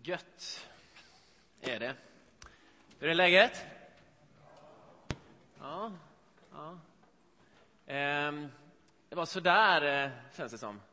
Gött är det. Hur är läget? Ja. Det var sådär, känns det som.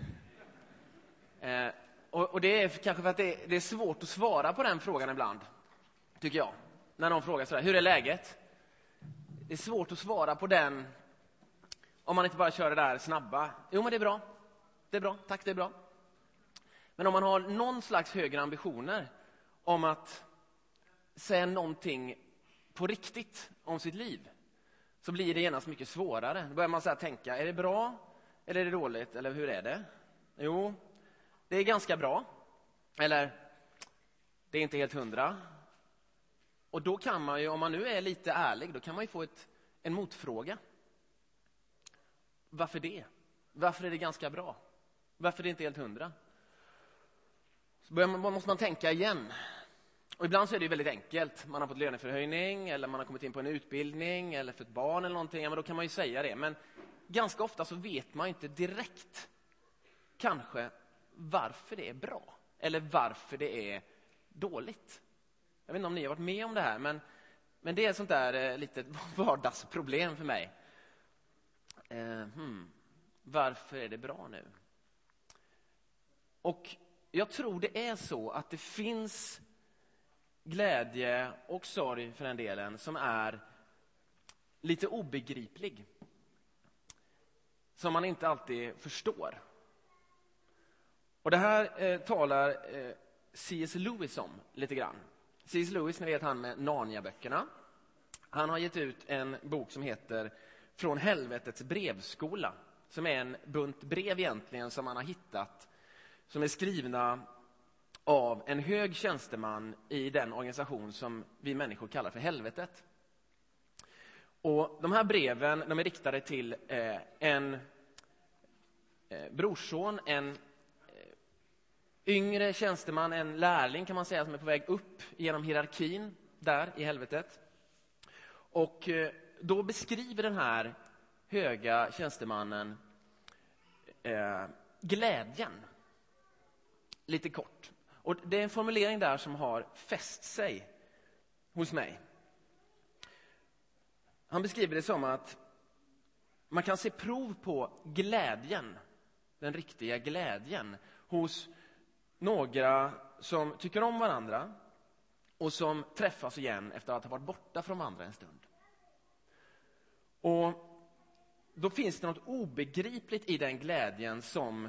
Och det är kanske för att det är svårt att svara på den frågan ibland, tycker jag. När någon frågar sådär, hur är läget? Det är svårt att svara på den om man inte bara kör det där snabba. Jo, men det är bra. Det är bra, tack, det är bra. Men om man har någon slags högre ambitioner om att säga någonting på riktigt om sitt liv, så blir det genast mycket svårare. Då börjar man så här tänka, är det bra eller är det dåligt? Eller hur är det? Jo, det är ganska bra. Eller, det är inte helt 100. Och då kan man ju, om man nu är lite ärlig, då kan man ju få en motfråga. Varför det? Varför är det ganska bra? Varför är det inte helt 100? Så måste man tänka igen. Och ibland så är det ju väldigt enkelt. Man har fått löneförhöjning, eller man har kommit in på en utbildning, eller för ett barn eller någonting. Ja, men då kan man ju säga det. Men ganska ofta så vet man inte direkt kanske varför det är bra. Eller varför det är dåligt. Jag vet inte om ni har varit med om det här, men det är ett sånt där litet vardagsproblem för mig. Varför är det bra nu? Och jag tror det är så att det finns glädje och sorg för den delen som är lite obegriplig. Som man inte alltid förstår. Och det här talar C.S. Lewis om lite grann. C.S. Lewis, ni vet han med Narnia-böckerna. Han har gett ut en bok som heter Från helvetets brevskola. Som är en bunt brev egentligen som han har hittat. Som är skrivna av en hög tjänsteman i den organisation som vi människor kallar för helvetet. Och de här breven, de är riktade till en brorson, en yngre tjänsteman, en lärling kan man säga, som är på väg upp genom hierarkin där i helvetet. Och då beskriver den här höga tjänstemannen glädjen lite kort. Och det är en formulering där som har fäst sig hos mig. Han beskriver det som att man kan se prov på glädjen, den riktiga glädjen, hos några som tycker om varandra och som träffas igen efter att ha varit borta från varandra en stund. Och då finns det något obegripligt i den glädjen som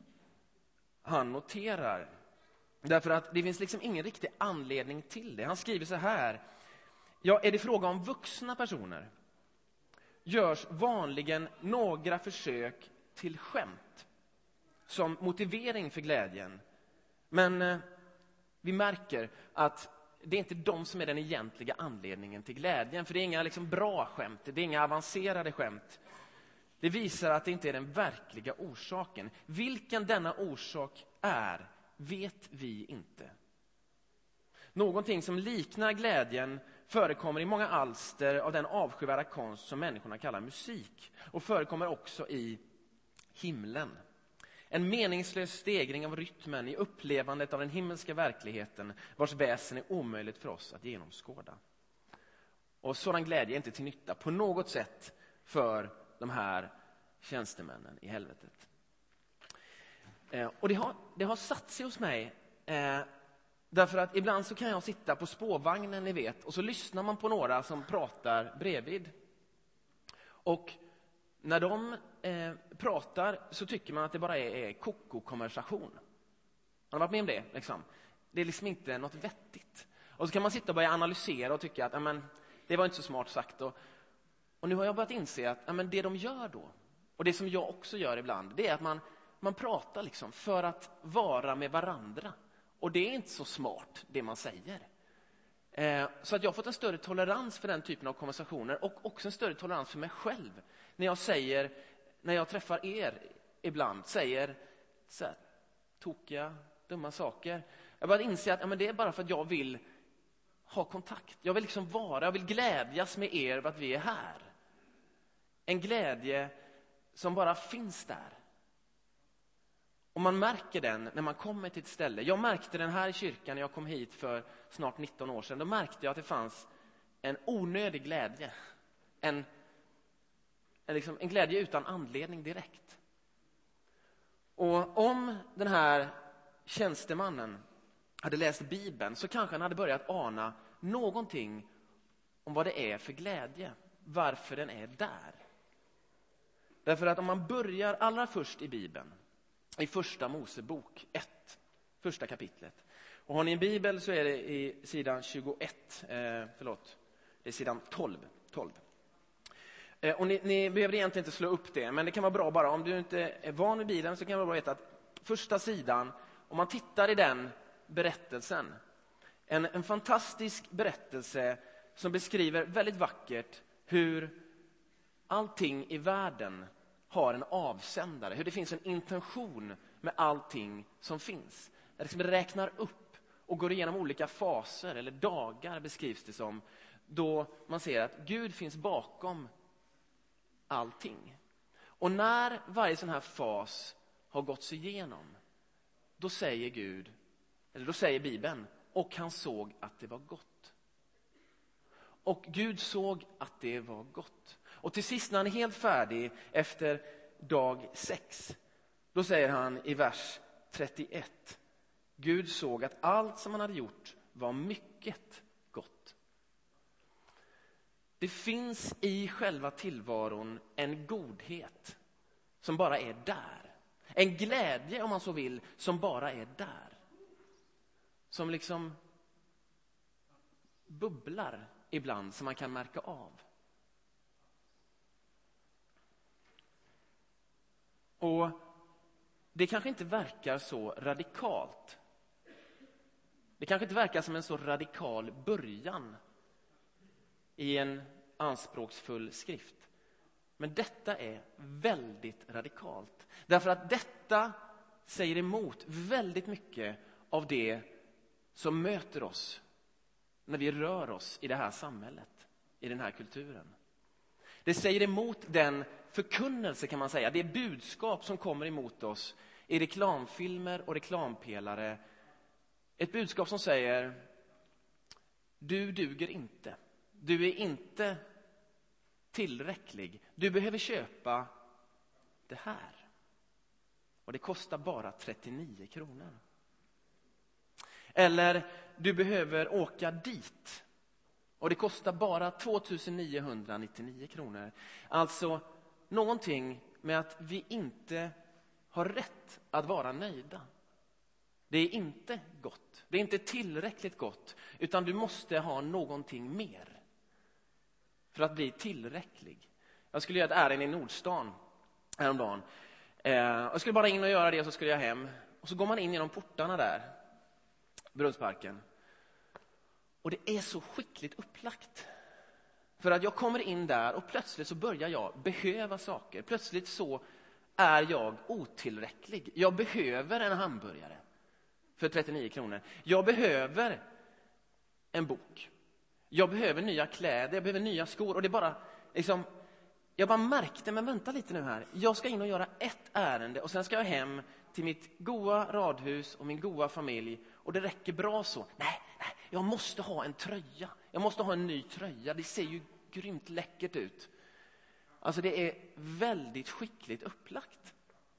han noterar. Därför att det finns liksom ingen riktig anledning till det. Han skriver så här: ja, är det fråga om vuxna personer görs vanligen några försök till skämt som motivering för glädjen. Men vi märker att det är inte de som är den egentliga anledningen till glädjen. För det är inga liksom bra skämt, det är inga avancerade skämt. Det visar att det inte är den verkliga orsaken. Vilken denna orsak är vet vi inte. Någonting som liknar glädjen förekommer i många alster av den avskyvärda konst som människorna kallar musik. Och förekommer också i himlen. En meningslös stegring av rytmen i upplevandet av den himmelska verkligheten vars väsen är omöjligt för oss att genomskåda. Och sådan glädje är inte till nytta på något sätt för de här tjänstemännen i helvetet. Och det har satt sig hos mig därför att ibland så kan jag sitta på spårvagnen, ni vet, och så lyssnar man på några som pratar bredvid. Och när de pratar så tycker man att det bara är koko-konversation. Har du varit med om det? Liksom? Det är liksom inte något vettigt. Och så kan man sitta och börja analysera och tycka att det var inte så smart sagt. Och nu har jag börjat inse att det de gör då, och det som jag också gör ibland, det är att man pratar liksom för att vara med varandra. Och det är inte så smart det man säger. Så att jag har fått en större tolerans för den typen av konversationer. Och också en större tolerans för mig själv. När jag träffar er ibland säger så här tokiga, dumma saker. Jag har börjat inse att det är bara för att jag vill ha kontakt. Jag vill liksom jag vill glädjas med er över att vi är här. En glädje som bara finns där. Och man märker den när man kommer till ett ställe. Jag märkte den här i kyrkan när jag kom hit för snart 19 år sedan. Då märkte jag att det fanns en onödig glädje. En glädje utan anledning direkt. Och om den här tjänstemannen hade läst Bibeln så kanske han hade börjat ana någonting om vad det är för glädje. Varför den är där. Därför att om man börjar allra först i Bibeln, i första Mosebok 1, första kapitlet. Och har ni en bibel så är det i sidan 21, det är sidan 12. Och ni behöver egentligen inte slå upp det, men det kan vara bra bara. Om du inte är van vid Bibeln så kan det vara bra att veta att första sidan, om man tittar i den berättelsen, en fantastisk berättelse som beskriver väldigt vackert hur allting i världen har en avsändare, hur det finns en intention med allting som finns. Det liksom räknar upp och går igenom olika faser eller dagar beskrivs det som, då man ser att Gud finns bakom allting. Och när varje sån här fas har gått sig igenom, då säger Bibeln, och han såg att det var gott. Och Gud såg att det var gott. Och till sist när han är helt färdig efter dag 6, då säger han i vers 31, Gud såg att allt som han hade gjort var mycket gott. Det finns i själva tillvaron en godhet som bara är där. En glädje, om man så vill, som bara är där. Som liksom bubblar ibland, som man kan märka av. Och det kanske inte verkar så radikalt. Det kanske inte verkar som en så radikal början i en anspråksfull skrift. Men detta är väldigt radikalt. Därför att detta säger emot väldigt mycket av det som möter oss när vi rör oss i det här samhället, i den här kulturen. Det säger emot den förkunnelse, kan man säga, det budskap som kommer emot oss i reklamfilmer och reklampelare. Ett budskap som säger: du duger inte. Du är inte tillräcklig. Du behöver köpa det här. Och det kostar bara 39 kronor. Eller du behöver åka dit. Och det kostar bara 2999 kronor. Alltså någonting med att vi inte har rätt att vara nöjda. Det är inte gott. Det är inte tillräckligt gott. Utan du måste ha någonting mer för att bli tillräcklig. Jag skulle göra ett ärende i Nordstan häromdagen. Jag skulle bara in och göra det, och så skulle jag hem. Och så går man in genom portarna där, Brunnsparken. Och det är så skickligt upplagt. För att jag kommer in där och plötsligt så börjar jag behöva saker. Plötsligt så är jag otillräcklig. Jag behöver en hamburgare för 39 kronor. Jag behöver en bok. Jag behöver nya kläder, jag behöver nya skor. Och det är bara liksom, jag bara märkte, men vänta lite nu här. Jag ska in och göra ett ärende och sen ska jag hem till mitt goa radhus och min goa familj. Och det räcker bra så. Nej, jag måste ha en tröja. Jag måste ha en ny tröja. Det ser ju grymt läckert ut. Alltså det är väldigt skickligt upplagt.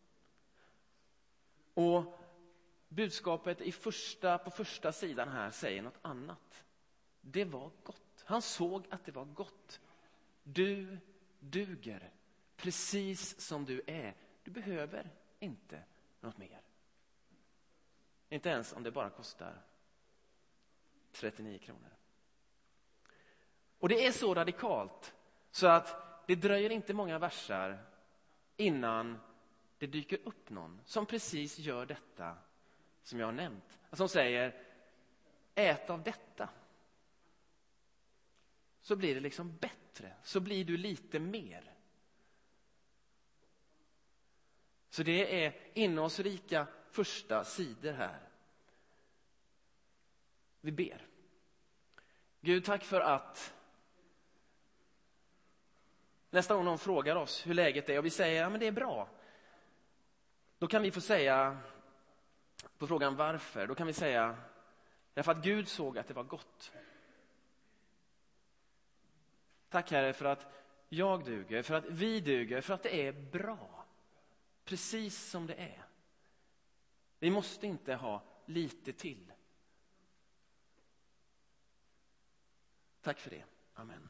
Och budskapet på första sidan här säger något annat. Det var gott. Han såg att det var gott. Du duger precis som du är. Du behöver inte något mer. Inte ens om det bara kostar 39 kronor. Och det är så radikalt så att det dröjer inte många versar innan det dyker upp någon som precis gör detta som jag har nämnt. Som säger: ät av detta. Så blir det liksom bättre. Så blir du lite mer. Så det är innehållsrika första sidor här. Vi ber. Gud, tack för att nästa gång någon frågar oss hur läget är och vi säger: ja, men det är bra. Då kan vi få säga, på frågan varför, då kan vi säga därför att Gud såg att det var gott. Tack Herre för att jag duger, för att vi duger, för att det är bra. Precis som det är. Vi måste inte ha lite till. Tack för det. Amen.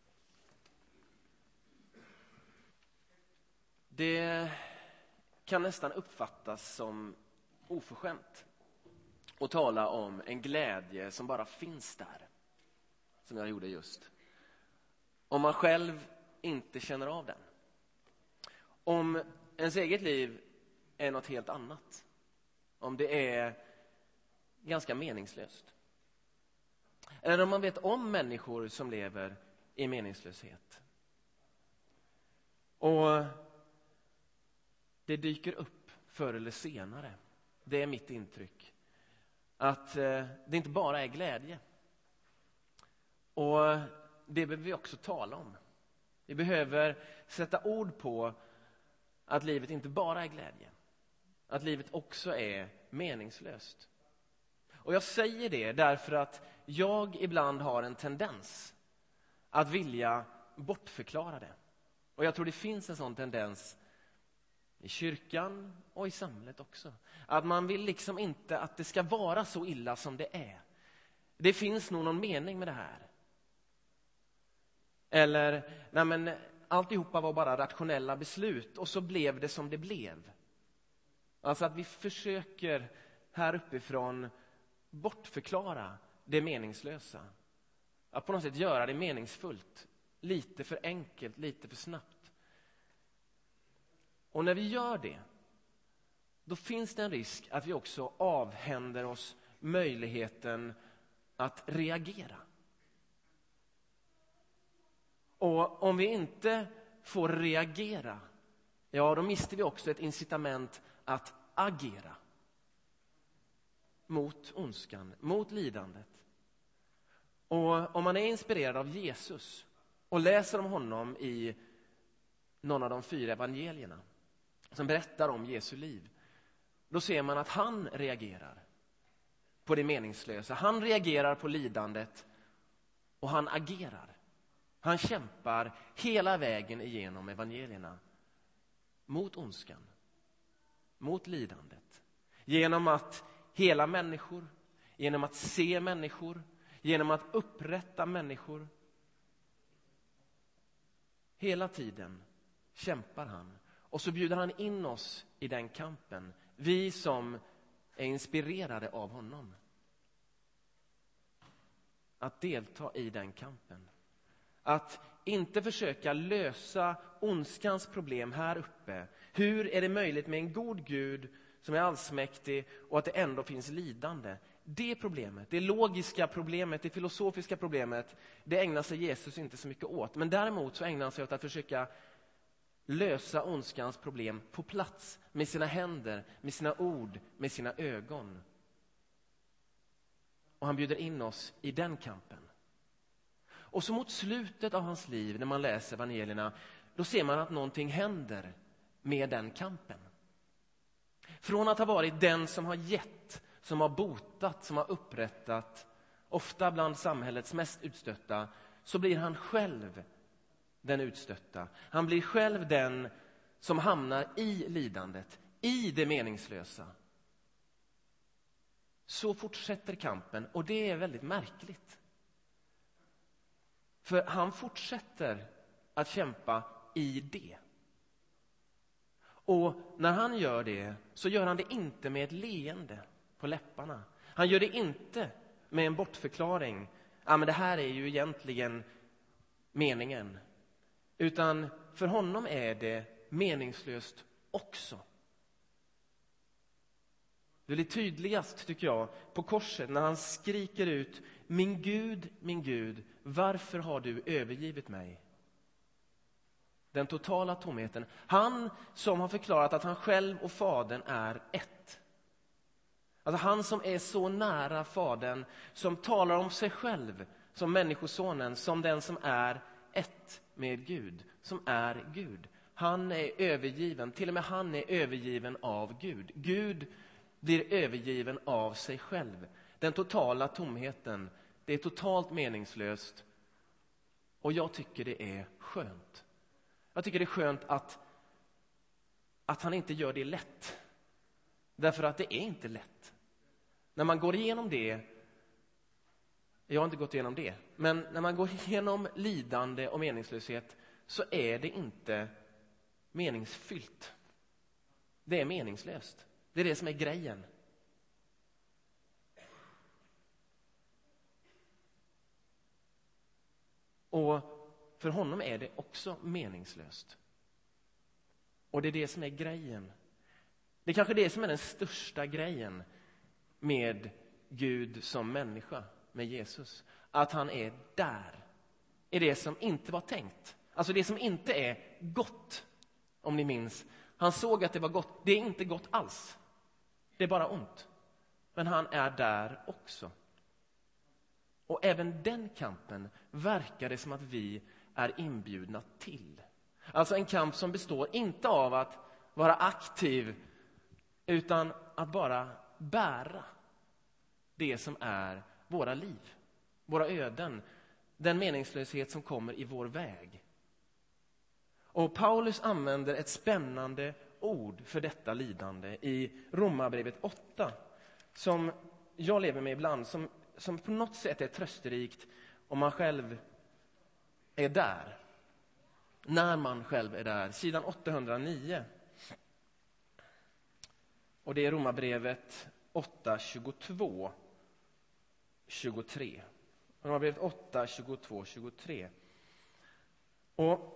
Det kan nästan uppfattas som oförskämt att tala om en glädje som bara finns där. Som jag gjorde just. Om man själv inte känner av den. Om ens eget liv är något helt annat. Om det är ganska meningslöst. Eller om man vet om människor som lever i meningslöshet. Och det dyker upp förr eller senare. Det är mitt intryck. Att det inte bara är glädje. Och det behöver vi också tala om. Vi behöver sätta ord på att livet inte bara är glädje. Att livet också är meningslöst. Och jag säger det därför att jag ibland har en tendens att vilja bortförklara det. Och jag tror det finns en sån tendens i kyrkan och i samhället också. Att man vill liksom inte att det ska vara så illa som det är. Det finns nog någon mening med det här. Eller, nej men alltihopa var bara rationella beslut och så blev det som det blev. Alltså att vi försöker här uppifrån bortförklara det meningslösa. Att på något sätt göra det meningsfullt. Lite för enkelt, lite för snabbt. Och när vi gör det, då finns det en risk att vi också avhänder oss möjligheten att reagera. Och om vi inte får reagera, ja då mister vi också ett incitament att agera. Mot ondskan, mot lidandet. Och om man är inspirerad av Jesus och läser om honom i någon av de 4 evangelierna som berättar om Jesu liv, då ser man att han reagerar på det meningslösa. Han reagerar på lidandet och han agerar. Han kämpar hela vägen igenom evangelierna mot ondskan, mot lidandet. Genom att hela människor, genom att se människor, genom att upprätta människor. Hela tiden kämpar han. Och så bjuder han in oss i den kampen. Vi som är inspirerade av honom. Att delta i den kampen. Att inte försöka lösa ondskans problem här uppe. Hur är det möjligt med en god Gud som är allsmäktig och att det ändå finns lidande? Det problemet, det logiska problemet, det filosofiska problemet, det ägnar sig Jesus inte så mycket åt. Men däremot så ägnar han sig åt att försöka lösa ondskans problem på plats med sina händer, med sina ord, med sina ögon. Och han bjuder in oss i den kampen. Och så mot slutet av hans liv, när man läser evangelierna, då ser man att någonting händer med den kampen. Från att ha varit den som har gett, som har botat, som har upprättat, ofta bland samhällets mest utstötta, så blir han själv den utstötta. Han blir själv den som hamnar i lidandet, i det meningslösa. Så fortsätter kampen, och det är väldigt märkligt. För han fortsätter att kämpa i det. Och när han gör det så gör han det inte med ett leende på läpparna. Han gör det inte med en bortförklaring. Ja, men det här är ju egentligen meningen. Utan för honom är det meningslöst också. Det blir tydligast, tycker jag, på korset när han skriker ut: min Gud, varför har du övergivit mig? Den totala tomheten. Han som har förklarat att han själv och Fadern är ett. Alltså han som är så nära Fadern, som talar om sig själv som människosonen, som den som är ett med Gud, som är Gud. Han är övergiven, till och med han är övergiven av Gud. Gud blir övergiven av sig själv. Den totala tomheten, det är totalt meningslöst. Och jag tycker det är skönt. Jag tycker det är skönt att han inte gör det lätt. Därför att det är inte lätt. När man går igenom det, jag har inte gått igenom det, men när man går igenom lidande och meningslöshet så är det inte meningsfyllt. Det är meningslöst. Det är det som är grejen. Och för honom är det också meningslöst. Och det är det som är grejen. Det är kanske det som är den största grejen med Gud som människa, med Jesus. Att han är där. Är det som inte var tänkt. Alltså det som inte är gott, om ni minns. Han såg att det var gott. Det är inte gott alls. Det är bara ont. Men han är där också. Och även den kampen verkar det som att vi är inbjudna till. Alltså en kamp som består inte av att vara aktiv, utan att bara bära det som är våra liv, våra öden, den meningslöshet som kommer i vår väg. Och Paulus använder ett spännande ord för detta lidande i Romarbrevet 8, som jag lever med ibland, som på något sätt är trösterikt om man själv är där. När man själv är där. Sidan 809. Och det är Romarbrevet 8, 22, 23. Romarbrevet 8, 22, 23. Och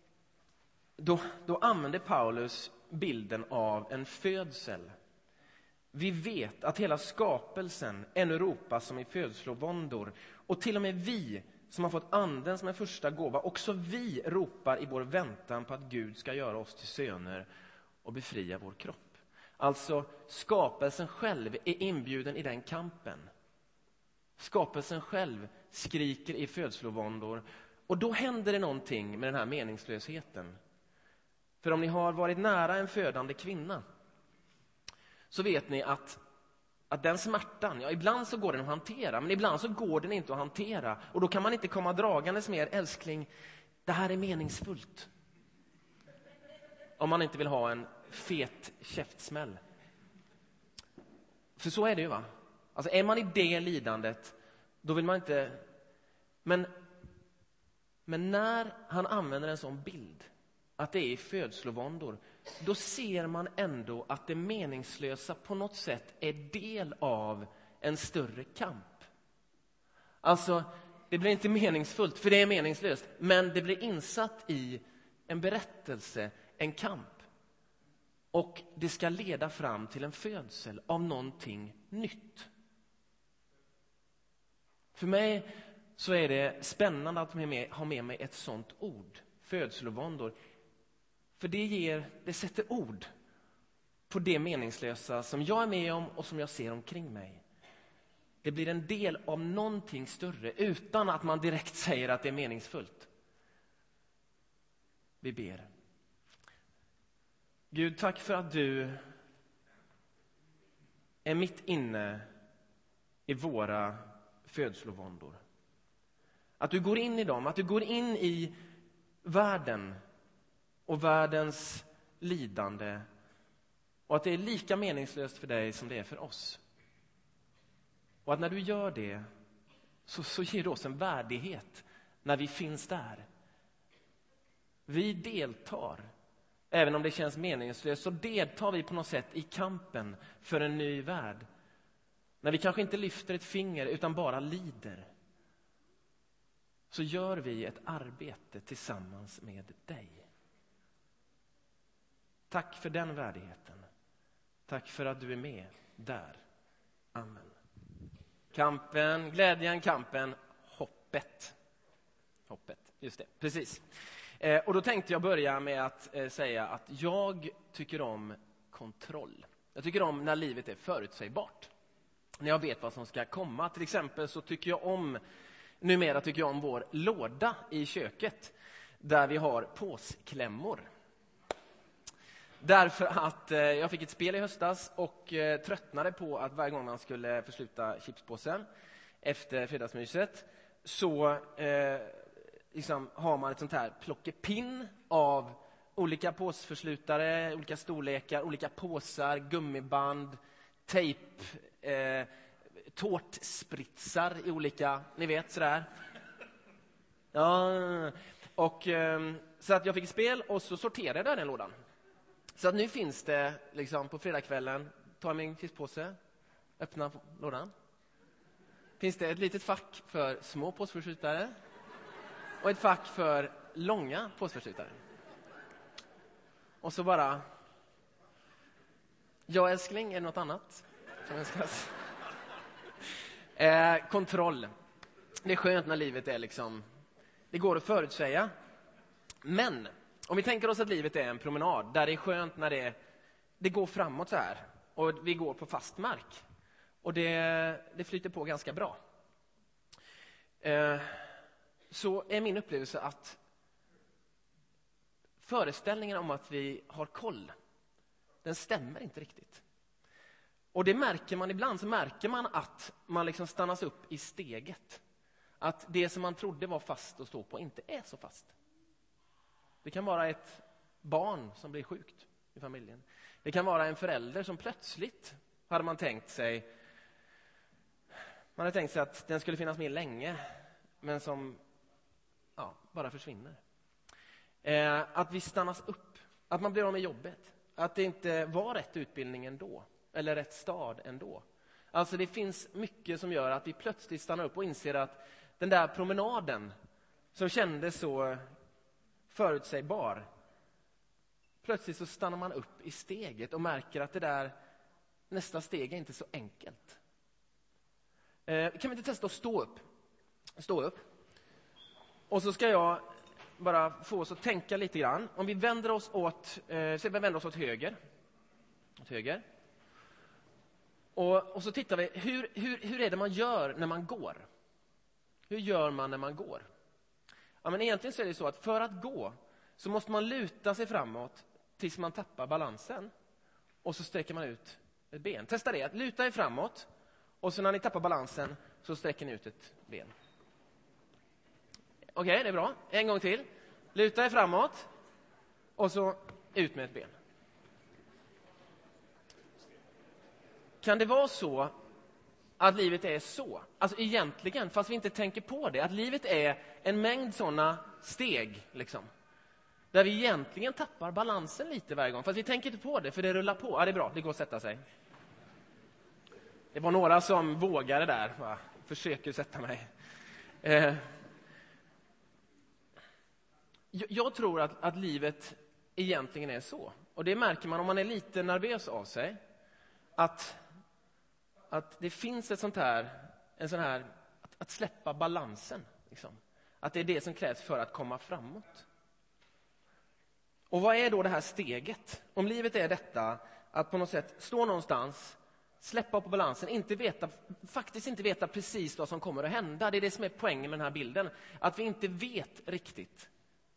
då använder Paulus bilden av en födsel. Vi vet att hela skapelsen ännu ropas som i födslovåndor. Och till och med vi som har fått anden som en första gåva, också vi ropar i vår väntan på att Gud ska göra oss till söner och befria vår kropp. Alltså skapelsen själv är inbjuden i den kampen. Skapelsen själv skriker i födslovåndor. Och då händer det någonting med den här meningslösheten. För om ni har varit nära en födande kvinna, så vet ni att den smärtan, ja, ibland så går den att hantera, men ibland så går den inte att hantera. Och då kan man inte komma dragandes med, älskling, det här är meningsfullt. Om man inte vill ha en fet käftsmäll. För så är det ju, va? Alltså är man i det lidandet, då vill man inte. Men när han använder en sån bild, att det är i födslovåndor, då ser man ändå att det meningslösa på något sätt är del av en större kamp. Alltså, det blir inte meningsfullt, för det är meningslöst, men det blir insatt i en berättelse, en kamp. Och det ska leda fram till en födsel av någonting nytt. För mig så är det spännande att ha med mig ett sånt ord, födslovåndor. För det sätter ord på det meningslösa som jag är med om och som jag ser omkring mig. Det blir en del av någonting större utan att man direkt säger att det är meningsfullt. Vi ber. Gud, tack för att du är mitt inne i våra födslovåndor. Att du går in i dem, att du går in i världen och världens lidande, och att det är lika meningslöst för dig som det är för oss. Och att när du gör det så ger du oss en värdighet när vi finns där. Vi deltar, även om det känns meningslöst, så deltar vi på något sätt i kampen för en ny värld. När vi kanske inte lyfter ett finger utan bara lider, så gör vi ett arbete tillsammans med dig. Tack för den värdigheten. Tack för att du är med där. Amen. Kampen, glädjen, kampen, hoppet. Hoppet, just det, precis. Och då tänkte jag börja med att säga att jag tycker om kontroll. Jag tycker om när livet är förutsägbart. När jag vet vad som ska komma. Till exempel så numera tycker jag om vår låda i köket. Där vi har påsklämmor. Därför att jag fick ett spel i höstas och tröttnade på att varje gång man skulle försluta chipspåsen efter fredagsmyset så liksom har man ett sånt här plockepinn av olika påsförslutare, olika storlekar, olika påsar, gummiband, tejp, tårtspritsar i olika, ni vet sådär. Ja, och så att jag fick spel och så sorterade jag den lådan. Så att nu finns det liksom på fredagskvällen, tar jag min chipspåse, öppnar lådan. Finns det ett litet fack för små påsförslutare och ett fack för långa påsförslutare. Och så bara, ja älskling, är det något annat som önskas? Kontroll. Det är skönt när livet är liksom, det går att förutsäga. Men om vi tänker oss att livet är en promenad där det är skönt när det går framåt så här och vi går på fast mark och det flyter på ganska bra. Så är min upplevelse att föreställningen om att vi har koll, den stämmer inte riktigt. Och det märker man ibland, så märker man att man liksom stannas upp i steget. Att det som man trodde var fast att stå på inte är så fast. Det kan vara ett barn som blir sjukt i familjen. Det kan vara en förälder som plötsligt hade man tänkt sig att den skulle finnas med länge, men som bara försvinner. Att vi stannas upp, att man blir av med jobbet, att det inte var rätt utbildning ändå, eller rätt stad ändå. Alltså det finns mycket som gör att vi plötsligt stannar upp och inser att den där promenaden som kändes så förutsägbar, plötsligt så stannar man upp i steget och märker att det där nästa steg är inte så enkelt. Kan vi inte testa att stå upp? Stå upp. Och så ska jag bara få oss att tänka lite grann. Om vi vänder oss åt höger. Åt höger. Och så tittar vi, hur är det man gör när man går? Hur gör man när man går? Ja, men egentligen så är det så att för att gå så måste man luta sig framåt tills man tappar balansen. Och så sträcker man ut ett ben. Testa det, att luta er framåt. Och så när ni tappar balansen så sträcker ni ut ett ben. Okej, det är bra. En gång till. Luta er framåt. Och så ut med ett ben. Kan det vara så att livet är så? Alltså egentligen, fast vi inte tänker på det. Att livet är en mängd sådana steg liksom. Där vi egentligen tappar balansen lite varje gång. Fast vi tänker inte på det, för det rullar på. Ja, det är bra, det går att sätta sig. Det var några som vågade där. Va? Försöker sätta mig. Jag tror att livet egentligen är så. Och det märker man om man är lite nervös av sig. Att det finns en sån här att släppa balansen. Liksom. Att det är det som krävs för att komma framåt. Och vad är då det här steget? Om livet är detta, att på något sätt stå någonstans, släppa på balansen, faktiskt inte veta precis vad som kommer att hända. Det är det som är poängen med den här bilden. Att vi inte vet riktigt.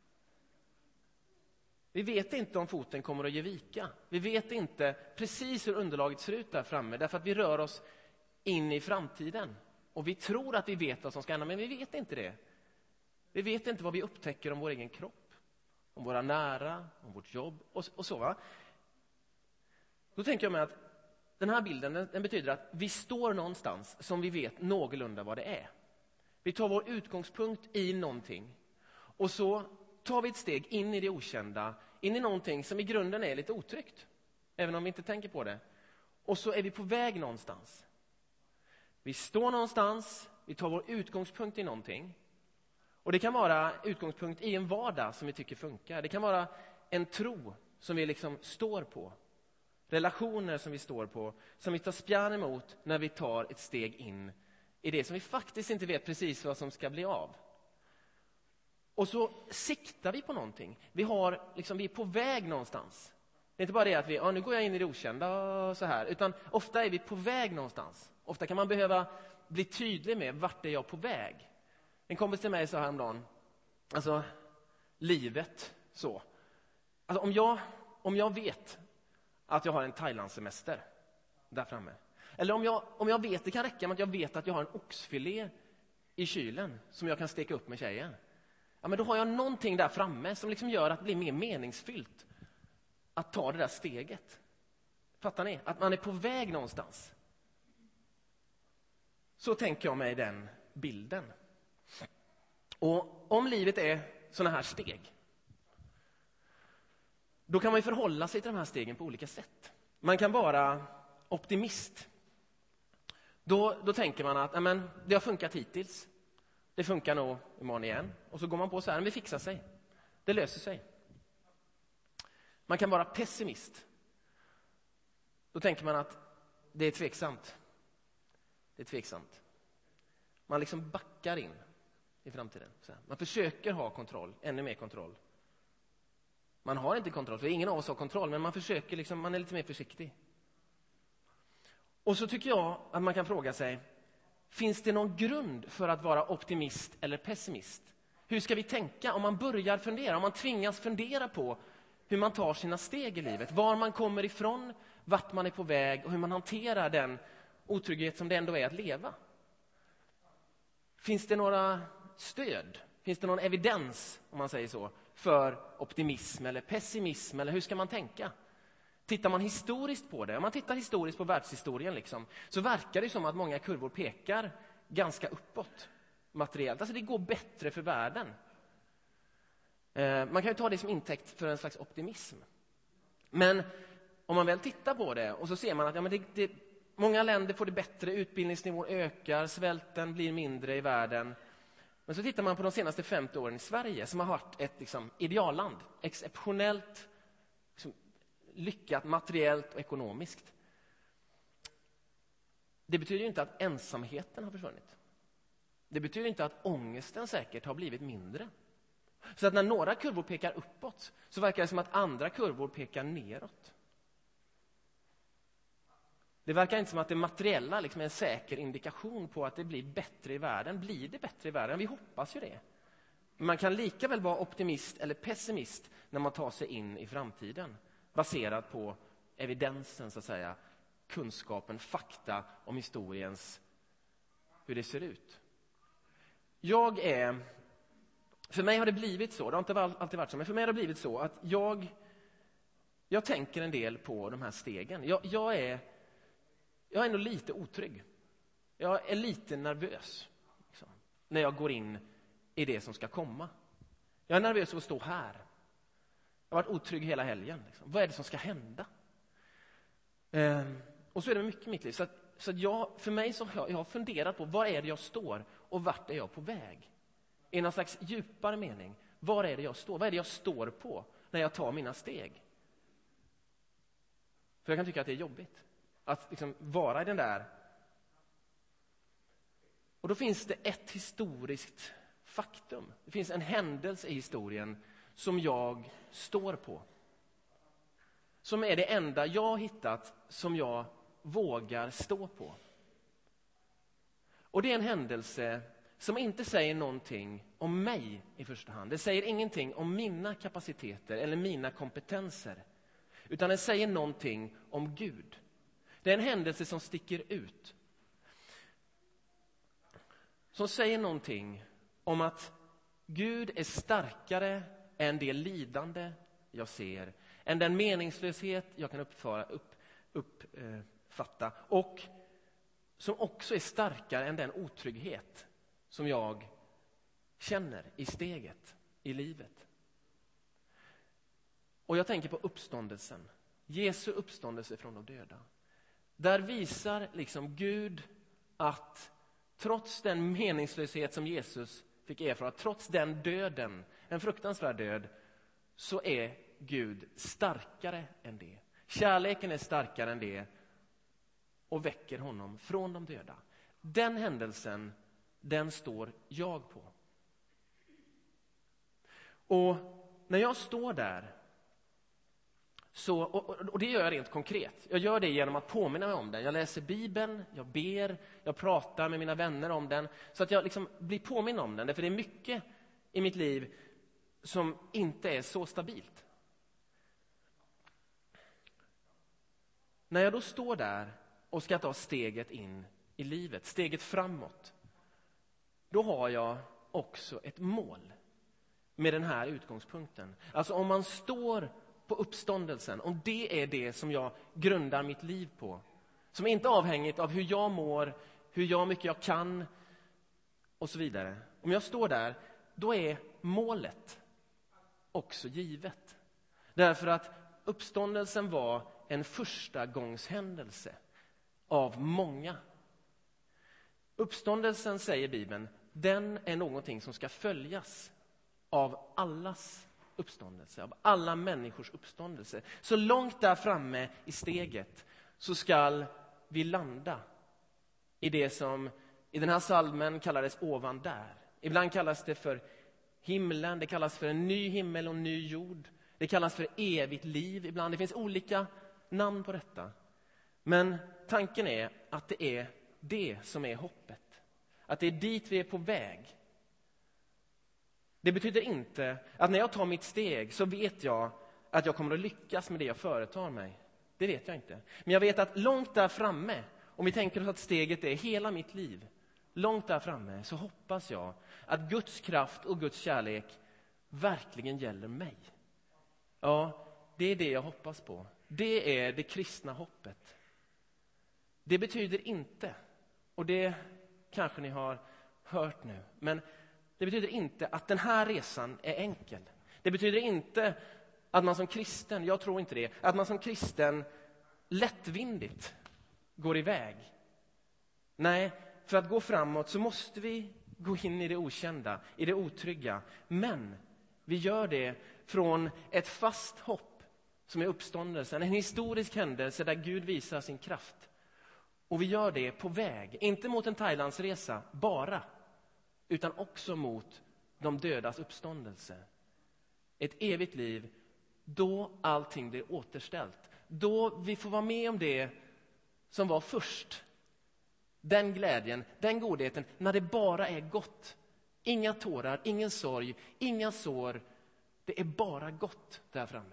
Vi vet inte om foten kommer att ge vika. Vi vet inte precis hur underlaget ser ut där framme. Därför att vi rör oss in i framtiden. Och vi tror att vi vet vad som ska hända, men vi vet inte det. Vi vet inte vad vi upptäcker om vår egen kropp. Om våra nära, om vårt jobb och så va. Då tänker jag mig att den här bilden den betyder att vi står någonstans som vi vet någorlunda vad det är. Vi tar vår utgångspunkt i någonting. Och så tar vi ett steg in i det okända, in i någonting som i grunden är lite otryggt, även om vi inte tänker på det. Och så är vi på väg någonstans. Vi står någonstans, vi tar vår utgångspunkt i någonting. Och det kan vara utgångspunkt i en vardag som vi tycker funkar. Det kan vara en tro som vi liksom står på. Relationer som vi står på, som vi tar spjärn emot när vi tar ett steg in i det som vi faktiskt inte vet precis vad som ska bli av. Och så siktar vi på någonting. Vi är på väg någonstans. Det är inte bara det att nu går jag in i det okända och så här. Utan ofta är vi på väg någonstans. Ofta kan man behöva bli tydlig med vart är jag på väg. En kompis till mig sa häromdagen, alltså livet så. Alltså om jag vet att jag har en Thailandssemester där framme, eller om jag vet, det kan räcka med att jag vet att jag har en oxfilé i kylen som jag kan steka upp med tjejen. Ja, men då har jag någonting där framme som liksom gör att det blir mer meningsfyllt att ta det där steget. Fattar ni? Att man är på väg någonstans. Så tänker jag mig den bilden. Och om livet är såna här steg, då kan man ju förhålla sig till de här stegen på olika sätt. Man kan vara optimist. Då tänker man att amen, det har funkat hittills. Det funkar nog imorgon igen. Och så går man på så här, men vi fixar sig. Det löser sig. Man kan vara pessimist. Då tänker man att det är tveksamt. Det är tveksamt. Man liksom backar in i framtiden. Så här. Man försöker ha kontroll, ännu mer kontroll. Man har inte kontroll, för ingen av oss har kontroll, men man försöker liksom, man är lite mer försiktig. Och så tycker jag att man kan fråga sig, finns det någon grund för att vara optimist eller pessimist? Hur ska vi tänka om man börjar fundera, om man tvingas fundera på hur man tar sina steg i livet, var man kommer ifrån, vart man är på väg och hur man hanterar den otrygghet som det ändå är att leva? Finns det några stöd? Finns det någon evidens, om man säger så, för optimism eller pessimism, eller hur ska man tänka? Tittar man historiskt på det, om man tittar historiskt på världshistorien liksom, så verkar det som att många kurvor pekar ganska uppåt materiellt. Alltså det går bättre för världen. Man kan ju ta det som intäkt för en slags optimism. Men om man väl tittar på det och så ser man att ja, men många länder får det bättre, utbildningsnivån ökar, svälten blir mindre i världen. Men så tittar man på de senaste 50 åren i Sverige, som har varit ett liksom, idealland, exceptionellt liksom, lyckat materiellt och ekonomiskt. Det betyder ju inte att ensamheten har försvunnit. Det betyder inte att ångesten säkert har blivit mindre. Så att när några kurvor pekar uppåt så verkar det som att andra kurvor pekar neråt. Det verkar inte som att det materiella liksom är en säker indikation på att det blir bättre i världen. Blir det bättre i världen? Vi hoppas ju det. Men man kan lika väl vara optimist eller pessimist när man tar sig in i framtiden. Baserat på evidensen, så att säga. Kunskapen, fakta om historiens, hur det ser ut. För mig har det blivit så, det har inte alltid varit så, men för mig har det blivit så att jag tänker en del på de här stegen. Jag är ändå lite otrygg. Jag är lite nervös liksom, när jag går in i det som ska komma. Jag är nervös att stå här. Jag har varit otrygg hela helgen. Liksom. Vad är det som ska hända? Och så är det mycket i mitt liv. Så för mig så har jag funderat på var är det jag står och vart är jag på väg? I någon slags djupare mening. Var är det jag står? Vad är det jag står på när jag tar mina steg? För jag kan tycka att det är jobbigt. Att liksom vara i den där. Och då finns det ett historiskt faktum. Det finns en händelse i historien som jag står på. Som är det enda jag har hittat som jag vågar stå på. Och det är en händelse som inte säger någonting om mig i första hand. Det säger ingenting om mina kapaciteter eller mina kompetenser. Utan det säger någonting om Gud. Det är en händelse som sticker ut. Som säger någonting om att Gud är starkare än det lidande jag ser. Än den meningslöshet jag kan uppfatta. Och som också är starkare än den otrygghet som jag känner i steget, i livet. Och jag tänker på uppståndelsen. Jesu uppståndelse från de döda. Där visar liksom Gud att trots den meningslöshet som Jesus fick erfara, trots den döden, en fruktansvärd död, så är Gud starkare än det. Kärleken är starkare än det och väcker honom från de döda. Den händelsen, den står jag på. Och när jag står där så, och det gör jag rent konkret. Jag gör det genom att påminna mig om den. Jag läser Bibeln, jag ber, jag pratar med mina vänner om den. Så att jag liksom blir påminn om den. För det är mycket i mitt liv som inte är så stabilt. När jag då står där och ska ta steget in i livet, steget framåt, då har jag också ett mål med den här utgångspunkten. Alltså om man står på uppståndelsen, om det är det som jag grundar mitt liv på, som inte är avhängigt av hur jag mår, hur mycket jag kan och så vidare. Om jag står där, då är målet också givet. Därför att uppståndelsen var en första gångs händelse av många. Uppståndelsen, säger Bibeln, den är någonting som ska följas av allas uppståndelse, av alla människors uppståndelse. Så långt där framme i steget så ska vi landa i det som i den här salmen kallades ovan där. Ibland kallas det för himlen, det kallas för en ny himmel och en ny jord. Det kallas för evigt liv ibland. Det finns olika namn på detta. Men tanken är att det är det som är hoppet. Att det är dit vi är på väg. Det betyder inte att när jag tar mitt steg så vet jag att jag kommer att lyckas med det jag företar mig. Det vet jag inte. Men jag vet att långt där framme, om vi tänker oss att steget är hela mitt liv, långt där framme så hoppas jag att Guds kraft och Guds kärlek verkligen gäller mig. Ja, det är det jag hoppas på. Det är det kristna hoppet. Det betyder inte, och det kanske ni har hört nu, men det betyder inte att den här resan är enkel. Det betyder inte att man som kristen, jag tror inte det, att man som kristen lättvindigt går iväg. Nej, för att gå framåt så måste vi gå in i det okända, i det otrygga. Men vi gör det från ett fast hopp som är uppståndelsen, en historisk händelse där Gud visar sin kraft. Och vi gör det på väg, inte mot en Thailandsresa bara, utan också mot de dödas uppståndelse. Ett evigt liv, då allting blir återställt. Då vi får vara med om det som var först. Den glädjen, den godheten, när det bara är gott. Inga tårar, ingen sorg, inga sår. Det är bara gott där framme.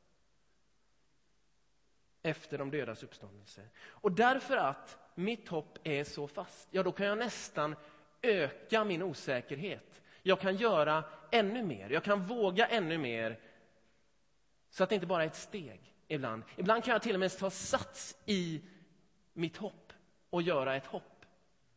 Efter de dödas uppståndelse. Och därför att mitt hopp är så fast, ja då kan jag nästan öka min osäkerhet. Jag kan göra ännu mer, jag kan våga ännu mer. Så att det inte bara är ett steg ibland. Ibland kan jag till och med ta sats i mitt hopp och göra ett hopp.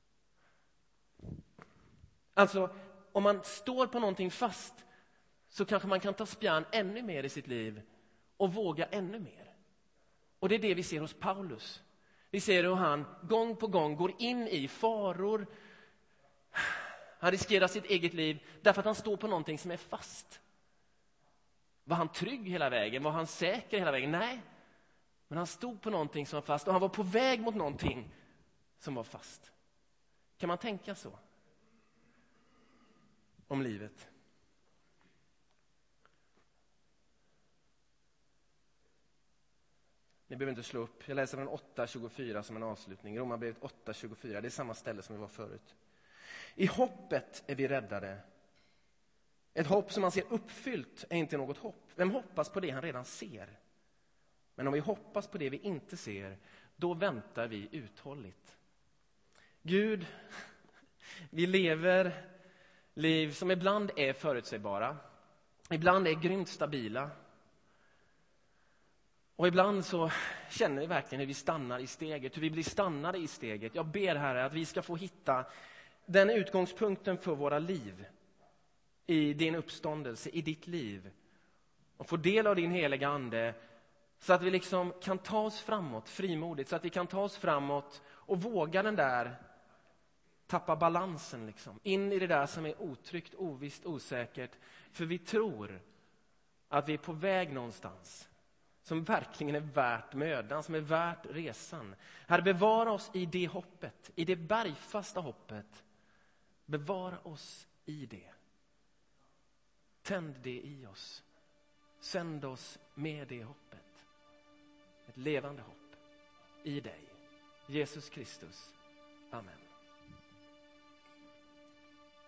Alltså, om man står på någonting fast så kanske man kan ta spjärn ännu mer i sitt liv och våga ännu mer. Och det är det vi ser hos Paulus. Vi ser hur han gång på gång går in i faror. Han riskerar sitt eget liv därför att han står på någonting som är fast. Var han trygg hela vägen? Var han säker hela vägen? Nej. Men han stod på någonting som var fast och han var på väg mot någonting som var fast. Kan man tänka så? Om livet. Ni behöver inte slå upp. Jag läser den 8:24 som en avslutning. Romarbrevet 8:24. Det är samma ställe som vi var förut. I hoppet är vi räddade. Ett hopp som man ser uppfyllt är inte något hopp. Vem hoppas på det han redan ser? Men om vi hoppas på det vi inte ser, då väntar vi uthålligt. Gud, vi lever liv som ibland är förutsägbara. Ibland är grymt stabila. Och ibland så känner vi verkligen hur vi stannar i steget, hur vi blir stannade i steget. Jag ber Herre att vi ska få hitta den utgångspunkten för våra liv i din uppståndelse, i ditt liv. Och få del av din heliga ande så att vi liksom kan ta oss framåt frimodigt, så att vi kan ta oss framåt och våga den där tappa balansen liksom, in i det där som är otryggt, ovisst, osäkert. För vi tror att vi är på väg någonstans som verkligen är värt mödan, som är värt resan. Herre, bevara oss i det hoppet, i det bergfasta hoppet. Bevara oss i det. Tänd det i oss. Sänd oss med det hoppet. Ett levande hopp i dig. Jesus Kristus. Amen.